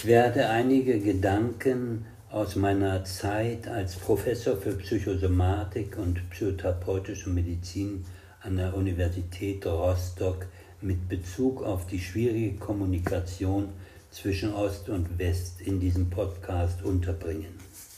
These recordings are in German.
Ich werde einige Gedanken aus meiner Zeit als Professor für Psychosomatik und psychotherapeutische Medizin an der Universität Rostock mit Bezug auf die schwierige Kommunikation zwischen Ost und West in diesem Podcast unterbringen.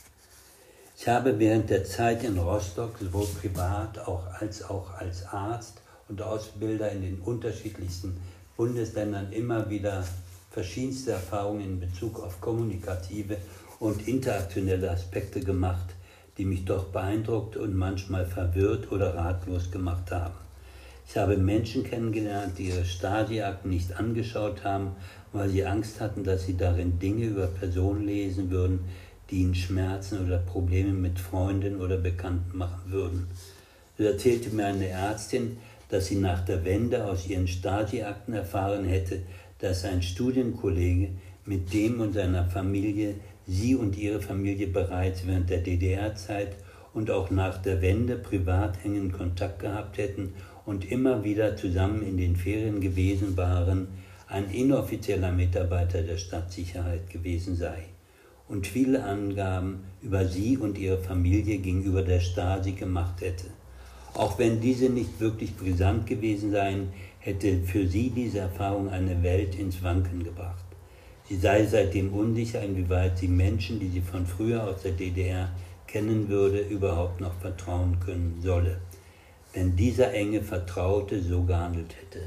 Ich habe während der Zeit in Rostock sowohl privat als auch als Arzt und Ausbilder in den unterschiedlichsten Bundesländern immer wieder verschiedenste Erfahrungen in Bezug auf kommunikative und interaktionelle Aspekte gemacht, die mich doch beeindruckt und manchmal verwirrt oder ratlos gemacht haben. Ich habe Menschen kennengelernt, die ihre Stasi-Akten nicht angeschaut haben, weil sie Angst hatten, dass sie darin Dinge über Personen lesen würden, die ihnen Schmerzen oder Probleme mit Freunden oder Bekannten machen würden. So erzählte mir eine Ärztin, dass sie nach der Wende aus ihren Stasi-Akten erfahren hätte, dass ein Studienkollege mit dem und seiner Familie, sie und ihre Familie bereits während der DDR-Zeit und auch nach der Wende privat engen Kontakt gehabt hätten und immer wieder zusammen in den Ferien gewesen waren, ein inoffizieller Mitarbeiter der Stadtsicherheit gewesen sei und viele Angaben über sie und ihre Familie gegenüber der Stasi gemacht hätte. Auch wenn diese nicht wirklich brisant gewesen seien, hätte für sie diese Erfahrung eine Welt ins Wanken gebracht. Sie sei seitdem unsicher, inwieweit sie Menschen, die sie von früher aus der DDR kennen würde, überhaupt noch vertrauen können solle, wenn dieser enge Vertraute so gehandelt hätte.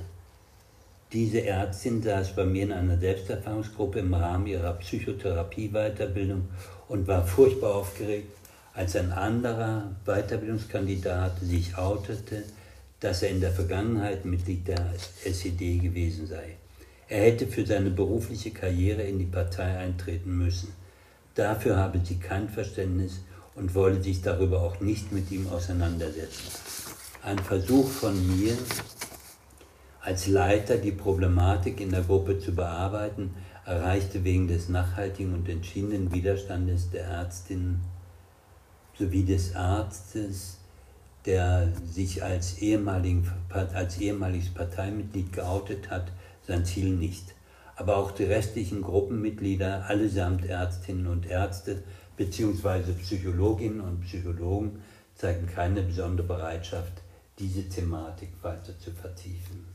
Diese Ärztin saß bei mir in einer Selbsterfahrungsgruppe im Rahmen ihrer Psychotherapie-Weiterbildung und war furchtbar aufgeregt, als ein anderer Weiterbildungskandidat sich outete, dass er in der Vergangenheit Mitglied der SED gewesen sei. Er hätte für seine berufliche Karriere in die Partei eintreten müssen. Dafür habe sie kein Verständnis und wolle sich darüber auch nicht mit ihm auseinandersetzen. Ein Versuch von mir, als Leiter die Problematik in der Gruppe zu bearbeiten, erreichte wegen des nachhaltigen und entschiedenen Widerstandes der Ärztin sowie des Arztes, der sich als ehemaliges Parteimitglied geoutet hat, sein Ziel nicht. Aber auch die restlichen Gruppenmitglieder, allesamt Ärztinnen und Ärzte bzw. Psychologinnen und Psychologen, zeigen keine besondere Bereitschaft, diese Thematik weiter zu vertiefen.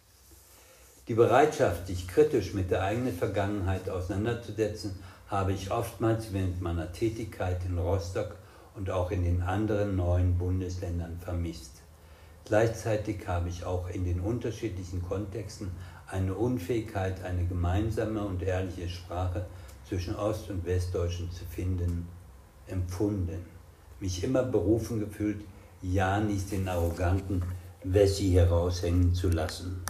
Die Bereitschaft, sich kritisch mit der eigenen Vergangenheit auseinanderzusetzen, habe ich oftmals während meiner Tätigkeit in Rostock und auch in den anderen neuen Bundesländern vermisst. Gleichzeitig habe ich auch in den unterschiedlichen Kontexten eine Unfähigkeit, eine gemeinsame und ehrliche Sprache zwischen Ost- und Westdeutschen zu finden, empfunden. Mich immer berufen gefühlt, ja nicht den arroganten Wessi heraushängen zu lassen.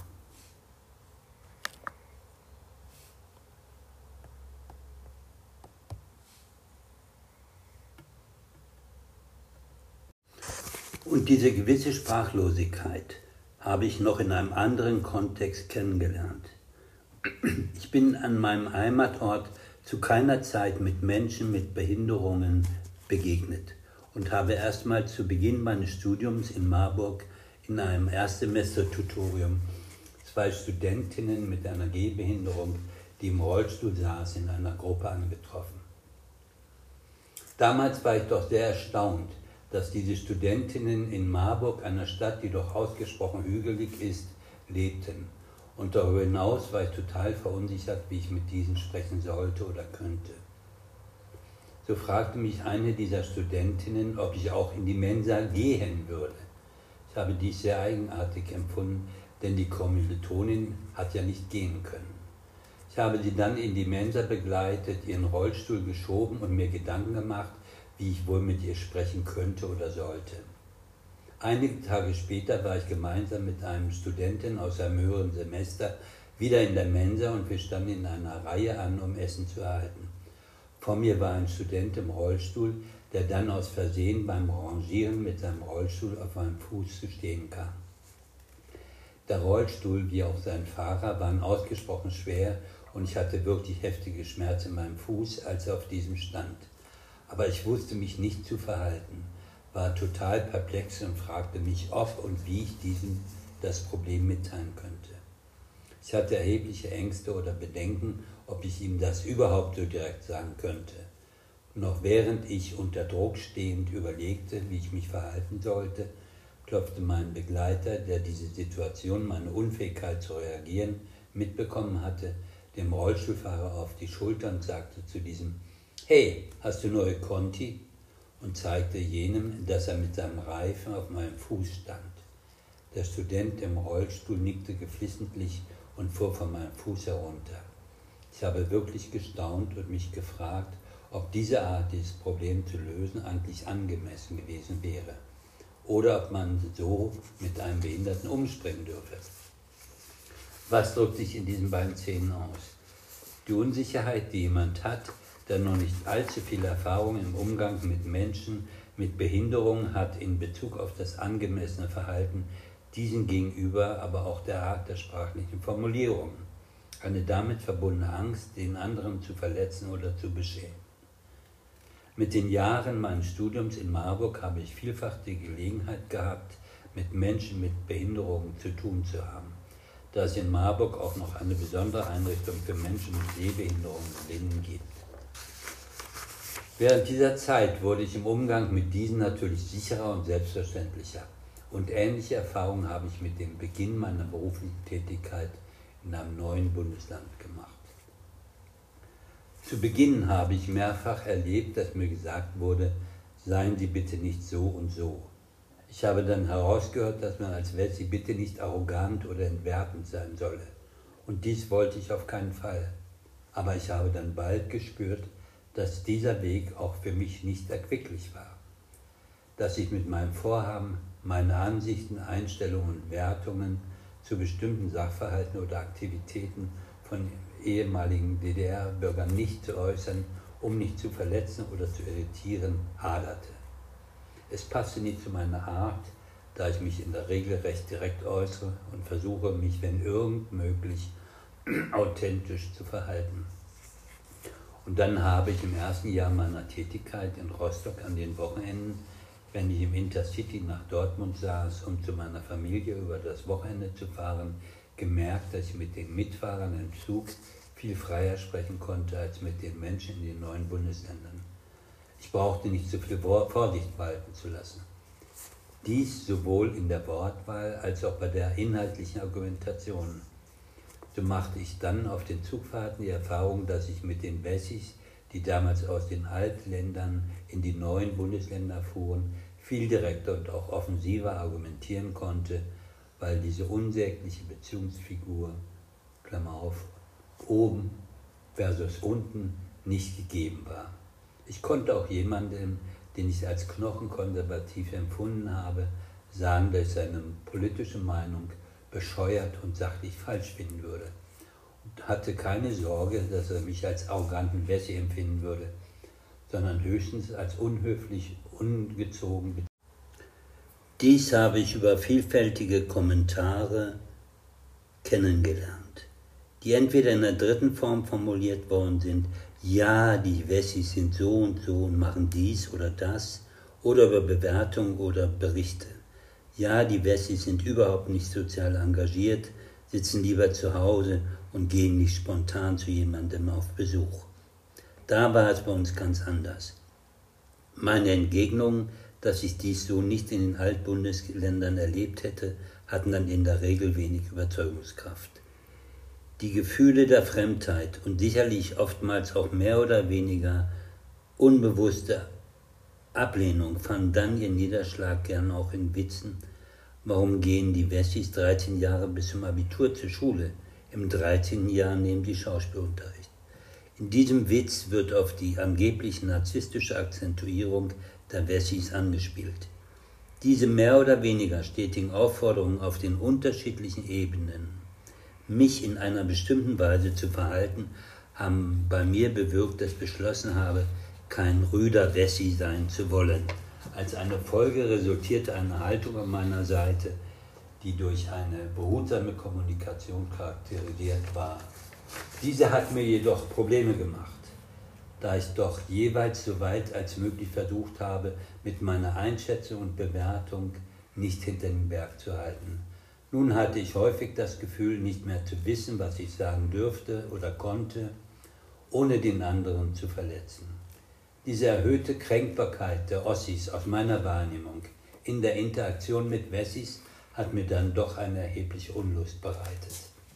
Und diese gewisse Sprachlosigkeit habe ich noch in einem anderen Kontext kennengelernt. Ich bin an meinem Heimatort zu keiner Zeit mit Menschen mit Behinderungen begegnet und habe erstmals zu Beginn meines Studiums in Marburg in einem Erstsemester-Tutorium 2 Studentinnen mit einer Gehbehinderung, die im Rollstuhl saßen, in einer Gruppe angetroffen. Damals war ich doch sehr erstaunt, dass diese Studentinnen in Marburg, einer Stadt, die doch ausgesprochen hügelig ist, lebten. Und darüber hinaus war ich total verunsichert, wie ich mit diesen sprechen sollte oder könnte. So fragte mich eine dieser Studentinnen, ob ich auch in die Mensa gehen würde. Ich habe dies sehr eigenartig empfunden, denn die Kommilitonin hat ja nicht gehen können. Ich habe sie dann in die Mensa begleitet, ihren Rollstuhl geschoben und mir Gedanken gemacht, wie ich wohl mit ihr sprechen könnte oder sollte. Einige Tage später war ich gemeinsam mit einem Studenten aus einem höheren Semester wieder in der Mensa und wir standen in einer Reihe an, um Essen zu erhalten. Vor mir war ein Student im Rollstuhl, der dann aus Versehen beim Rangieren mit seinem Rollstuhl auf meinem Fuß zu stehen kam. Der Rollstuhl, wie auch sein Fahrer, waren ausgesprochen schwer und ich hatte wirklich heftige Schmerzen in meinem Fuß, als er auf diesem stand. Aber ich wusste mich nicht zu verhalten, war total perplex und fragte mich, ob und wie ich diesem das Problem mitteilen könnte. Ich hatte erhebliche Ängste oder Bedenken, ob ich ihm das überhaupt so direkt sagen könnte. Noch während ich unter Druck stehend überlegte, wie ich mich verhalten sollte, klopfte mein Begleiter, der diese Situation, meine Unfähigkeit zu reagieren, mitbekommen hatte, dem Rollstuhlfahrer auf die Schulter und sagte zu diesem: »Hey, hast du neue Conti?« und zeigte jenem, dass er mit seinem Reifen auf meinem Fuß stand. Der Student im Rollstuhl nickte geflissentlich und fuhr von meinem Fuß herunter. Ich habe wirklich gestaunt und mich gefragt, ob diese Art, dieses Problem zu lösen, eigentlich angemessen gewesen wäre oder ob man so mit einem Behinderten umspringen dürfe. Was drückt sich in diesen beiden Szenen aus? Die Unsicherheit, die jemand hat, der noch nicht allzu viel Erfahrung im Umgang mit Menschen mit Behinderung hat in Bezug auf das angemessene Verhalten diesen gegenüber, aber auch der Art der sprachlichen Formulierungen. Eine damit verbundene Angst, den anderen zu verletzen oder zu beschämen. Mit den Jahren meines Studiums in Marburg habe ich vielfach die Gelegenheit gehabt, mit Menschen mit Behinderungen zu tun zu haben, da es in Marburg auch noch eine besondere Einrichtung für Menschen mit Sehbehinderungen gibt. Während dieser Zeit wurde ich im Umgang mit diesen natürlich sicherer und selbstverständlicher. Und ähnliche Erfahrungen habe ich mit dem Beginn meiner beruflichen Tätigkeit in einem neuen Bundesland gemacht. Zu Beginn habe ich mehrfach erlebt, dass mir gesagt wurde, seien Sie bitte nicht so und so. Ich habe dann herausgehört, dass man als Wessi bitte nicht arrogant oder entwertend sein solle. Und dies wollte ich auf keinen Fall. Aber ich habe dann bald gespürt, dass dieser Weg auch für mich nicht erquicklich war. Dass ich mit meinem Vorhaben, meine Ansichten, Einstellungen und Wertungen zu bestimmten Sachverhalten oder Aktivitäten von ehemaligen DDR-Bürgern nicht zu äußern, um nicht zu verletzen oder zu irritieren, haderte. Es passte nicht zu meiner Art, da ich mich in der Regel recht direkt äußere und versuche, mich, wenn irgend möglich, authentisch zu verhalten. Und dann habe ich im ersten Jahr meiner Tätigkeit in Rostock an den Wochenenden, wenn ich im Intercity nach Dortmund saß, um zu meiner Familie über das Wochenende zu fahren, gemerkt, dass ich mit den Mitfahrern im Zug viel freier sprechen konnte als mit den Menschen in den neuen Bundesländern. Ich brauchte nicht so viel Vorsicht walten zu lassen. Dies sowohl in der Wortwahl als auch bei der inhaltlichen Argumentation. So machte ich dann auf den Zugfahrten die Erfahrung, dass ich mit den Wessis, die damals aus den Altländern in die neuen Bundesländer fuhren, viel direkter und auch offensiver argumentieren konnte, weil diese unsägliche Beziehungsfigur, Klammer auf, oben versus unten, nicht gegeben war. Ich konnte auch jemandem, den ich als knochenkonservativ empfunden habe, sagen, dass ich seine politische Meinung bescheuert und sachlich falsch finden würde. Und hatte keine Sorge, dass er mich als arroganten Wessi empfinden würde, sondern höchstens als unhöflich, ungezogen. Dies habe ich über vielfältige Kommentare kennengelernt, die entweder in der dritten Form formuliert worden sind: ja, die Wessis sind so und machen dies oder das, oder über Bewertungen oder Berichte. Ja, die Wessis sind überhaupt nicht sozial engagiert, sitzen lieber zu Hause und gehen nicht spontan zu jemandem auf Besuch. Da war es bei uns ganz anders. Meine Entgegnungen, dass ich dies so nicht in den Altbundesländern erlebt hätte, hatten dann in der Regel wenig Überzeugungskraft. Die Gefühle der Fremdheit und sicherlich oftmals auch mehr oder weniger unbewusste Ablehnung fanden dann ihren Niederschlag gern auch in Witzen. Warum gehen die Wessis 13 Jahre bis zum Abitur zur Schule? Im 13. Jahr nehmen sie Schauspielunterricht. In diesem Witz wird auf die angeblich narzisstische Akzentuierung der Wessis angespielt. Diese mehr oder weniger stetigen Aufforderungen auf den unterschiedlichen Ebenen, mich in einer bestimmten Weise zu verhalten, haben bei mir bewirkt, dass ich beschlossen habe, kein rüder Wessi sein zu wollen. Als eine Folge resultierte eine Haltung an meiner Seite, die durch eine behutsame Kommunikation charakterisiert war. Diese hat mir jedoch Probleme gemacht, da ich doch jeweils so weit als möglich versucht habe, mit meiner Einschätzung und Bewertung nicht hinter den Berg zu halten, Nun hatte ich häufig das Gefühl, nicht mehr zu wissen, was ich sagen dürfte oder konnte, ohne den anderen zu verletzen. Diese erhöhte Kränkbarkeit der Ossis aus meiner Wahrnehmung in der Interaktion mit Wessis hat mir dann doch eine erhebliche Unlust bereitet.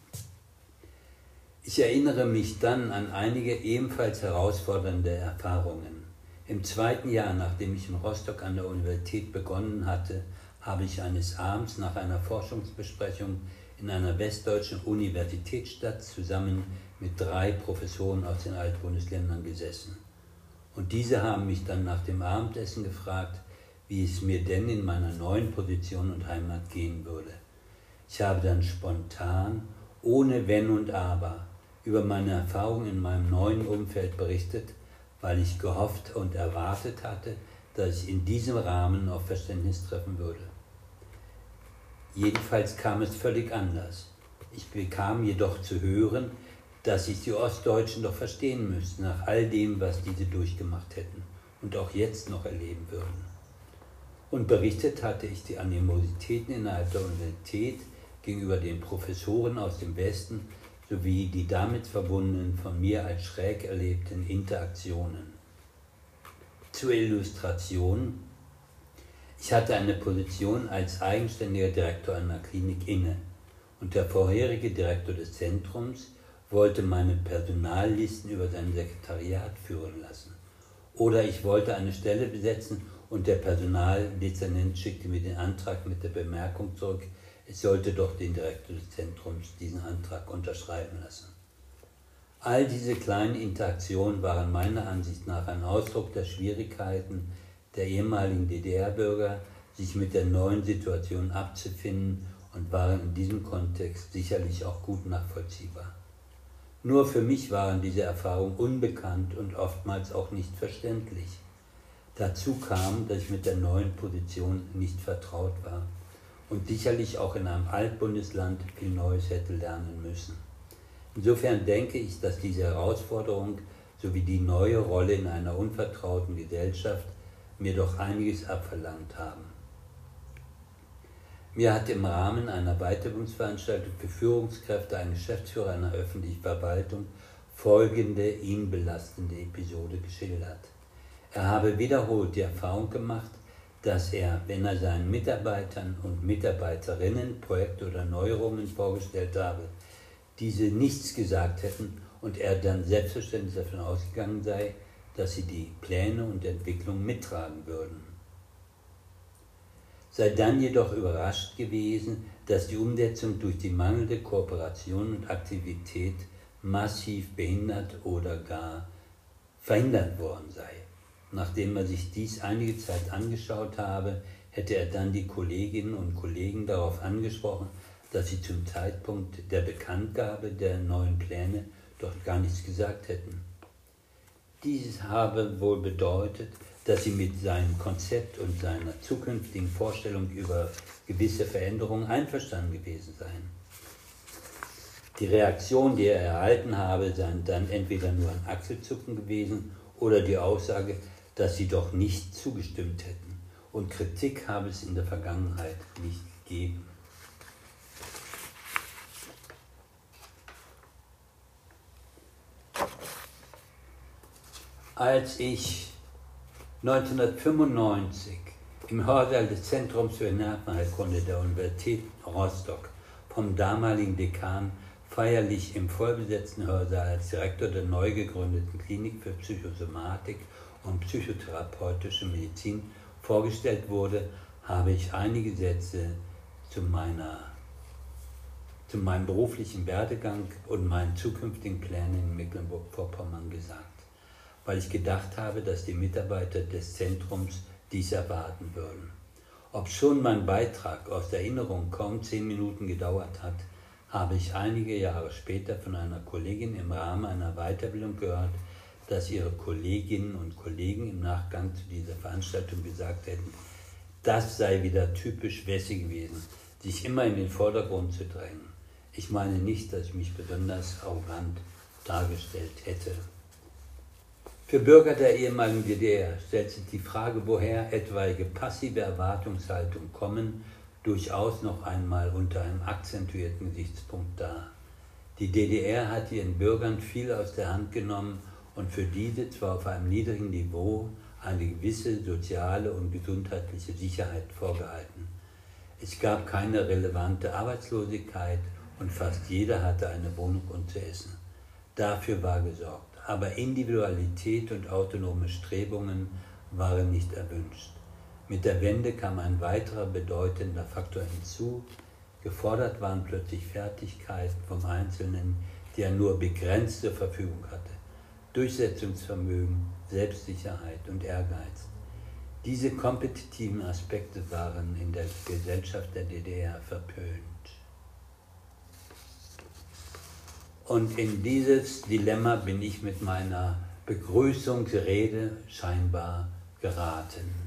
Ich erinnere mich dann an einige ebenfalls herausfordernde Erfahrungen. Im 2. Jahr, nachdem ich in Rostock an der Universität begonnen hatte, habe ich eines Abends nach einer Forschungsbesprechung in einer westdeutschen Universitätsstadt zusammen mit 3 Professoren aus den Altbundesländern gesessen. Und diese haben mich dann nach dem Abendessen gefragt, wie es mir denn in meiner neuen Position und Heimat gehen würde. Ich habe dann spontan, ohne Wenn und Aber, über meine Erfahrungen in meinem neuen Umfeld berichtet, weil ich gehofft und erwartet hatte, dass ich in diesem Rahmen auf Verständnis treffen würde. Jedenfalls kam es völlig anders. Ich bekam jedoch zu hören, dass sich die Ostdeutschen doch verstehen müssten nach all dem, was diese durchgemacht hätten und auch jetzt noch erleben würden. Und berichtet hatte ich die Animositäten innerhalb der Universität gegenüber den Professoren aus dem Westen sowie die damit verbundenen, von mir als schräg erlebten Interaktionen. Zur Illustration: Ich hatte eine Position als eigenständiger Direktor einer Klinik inne und der vorherige Direktor des Zentrums wollte meine Personallisten über sein Sekretariat führen lassen. Oder ich wollte eine Stelle besetzen und der Personaldezernent schickte mir den Antrag mit der Bemerkung zurück, es sollte doch den Direktor des Zentrums diesen Antrag unterschreiben lassen. All diese kleinen Interaktionen waren meiner Ansicht nach ein Ausdruck der Schwierigkeiten der ehemaligen DDR-Bürger, sich mit der neuen Situation abzufinden und waren in diesem Kontext sicherlich auch gut nachvollziehbar. Nur für mich waren diese Erfahrungen unbekannt und oftmals auch nicht verständlich. Dazu kam, dass ich mit der neuen Position nicht vertraut war und sicherlich auch in einem Altbundesland viel Neues hätte lernen müssen. Insofern denke ich, dass diese Herausforderung sowie die neue Rolle in einer unvertrauten Gesellschaft mir doch einiges abverlangt haben. Mir hat im Rahmen einer Weiterbildungsveranstaltung für Führungskräfte ein Geschäftsführer einer öffentlichen Verwaltung folgende ihn belastende Episode geschildert. Er habe wiederholt die Erfahrung gemacht, dass er, wenn er seinen Mitarbeitern und Mitarbeiterinnen Projekte oder Neuerungen vorgestellt habe, diese nichts gesagt hätten und er dann selbstverständlich davon ausgegangen sei, dass sie die Pläne und Entwicklung mittragen würden. Sei dann jedoch überrascht gewesen, dass die Umsetzung durch die mangelnde Kooperation und Aktivität massiv behindert oder gar verhindert worden sei. Nachdem er sich dies einige Zeit angeschaut habe, hätte er dann die Kolleginnen und Kollegen darauf angesprochen, dass sie zum Zeitpunkt der Bekanntgabe der neuen Pläne doch gar nichts gesagt hätten. Dies habe wohl bedeutet, dass sie mit seinem Konzept und seiner zukünftigen Vorstellung über gewisse Veränderungen einverstanden gewesen seien. Die Reaktion, die er erhalten habe, seien dann entweder nur ein Achselzucken gewesen oder die Aussage, dass sie doch nicht zugestimmt hätten. Und Kritik habe es in der Vergangenheit nicht gegeben. Als ich 1995 im Hörsaal des Zentrums für Nervenheilkunde der Universität Rostock vom damaligen Dekan feierlich im vollbesetzten Hörsaal als Direktor der neu gegründeten Klinik für Psychosomatik und psychotherapeutische Medizin vorgestellt wurde, habe ich einige Sätze zu meinem beruflichen Werdegang und meinen zukünftigen Plänen in Mecklenburg-Vorpommern gesagt, weil ich gedacht habe, dass die Mitarbeiter des Zentrums dies erwarten würden. Obschon mein Beitrag aus der Erinnerung kaum 10 Minuten gedauert hat, habe ich einige Jahre später von einer Kollegin im Rahmen einer Weiterbildung gehört, dass ihre Kolleginnen und Kollegen im Nachgang zu dieser Veranstaltung gesagt hätten, das sei wieder typisch Wessi gewesen, sich immer in den Vordergrund zu drängen. Ich meine nicht, dass ich mich besonders arrogant dargestellt hätte. Für Bürger der ehemaligen DDR stellt sich die Frage, woher etwaige passive Erwartungshaltungen kommen, durchaus noch einmal unter einem akzentuierten Gesichtspunkt dar. Die DDR hat ihren Bürgern viel aus der Hand genommen und für diese zwar auf einem niedrigen Niveau eine gewisse soziale und gesundheitliche Sicherheit vorgehalten. Es gab keine relevante Arbeitslosigkeit und fast jeder hatte eine Wohnung und zu essen. Dafür war gesorgt, aber Individualität und autonome Strebungen waren nicht erwünscht. Mit der Wende kam ein weiterer bedeutender Faktor hinzu. Gefordert waren plötzlich Fertigkeiten vom Einzelnen, die er nur begrenzt zur Verfügung hatte. Durchsetzungsvermögen, Selbstsicherheit und Ehrgeiz. Diese kompetitiven Aspekte waren in der Gesellschaft der DDR verpönt. Und in dieses Dilemma bin ich mit meiner Begrüßungsrede scheinbar geraten.